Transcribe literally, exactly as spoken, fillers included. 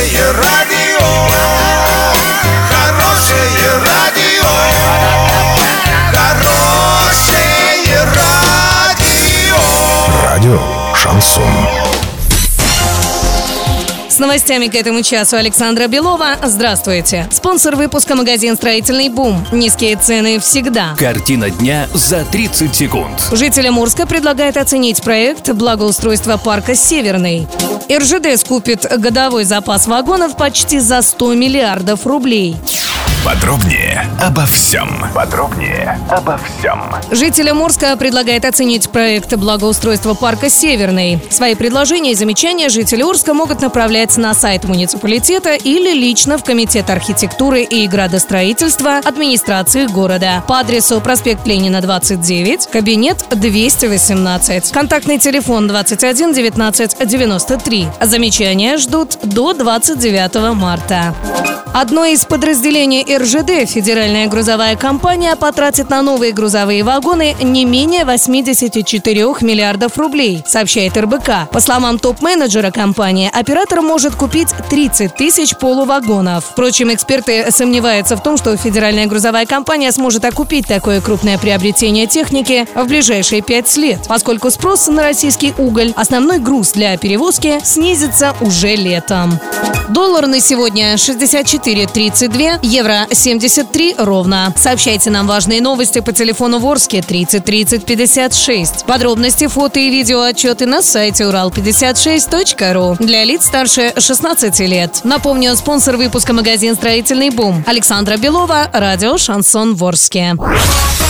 Хорошее радио, хорошее радио, хорошее радио. Радио Шансон. С новостями к этому часу Александра Белова. Здравствуйте. Спонсор выпуска — магазин «Строительный бум». Низкие цены всегда. Картина дня за тридцать секунд. Жителям Орска предлагает оценить проект благоустройства парка «Северный». эр жэ дэ скупит годовой запас вагонов почти за сто миллиардов рублей. Подробнее обо всем. Подробнее обо всем. Жителям Орска предлагает оценить проект благоустройства парка «Северный». Свои предложения и замечания жители Орска могут направлять на сайт муниципалитета или лично в Комитет архитектуры и градостроительства администрации города по адресу проспект Ленина, двадцать девять, кабинет двести восемнадцать. Контактный телефон двадцать один девятнадцать девяносто три. Замечания ждут до двадцать девятого марта. Одно из подразделений эр жэ дэ, федеральная грузовая компания, потратит на новые грузовые вагоны не менее восемьдесят четыре миллиардов рублей, сообщает эр бэ ка. По словам топ-менеджера компании, оператор может купить тридцать тысяч полувагонов. Впрочем, эксперты сомневаются в том, что федеральная грузовая компания сможет окупить такое крупное приобретение техники в ближайшие пять лет, поскольку спрос на российский уголь, основной груз для перевозки, снизится уже летом. Доллар на сегодня шестьдесят четыре тридцать два, евро семьдесят три ровно. Сообщайте нам важные новости по телефону в Орске тридцать тридцать пятьдесят шесть. Подробности, фото и видео отчеты на сайте урал пятьдесят шесть точка ру для лиц старше шестнадцати лет. Напомню, спонсор выпуска — магазин «Строительный бум». Александра Белова, радио «Шансон» в Орске.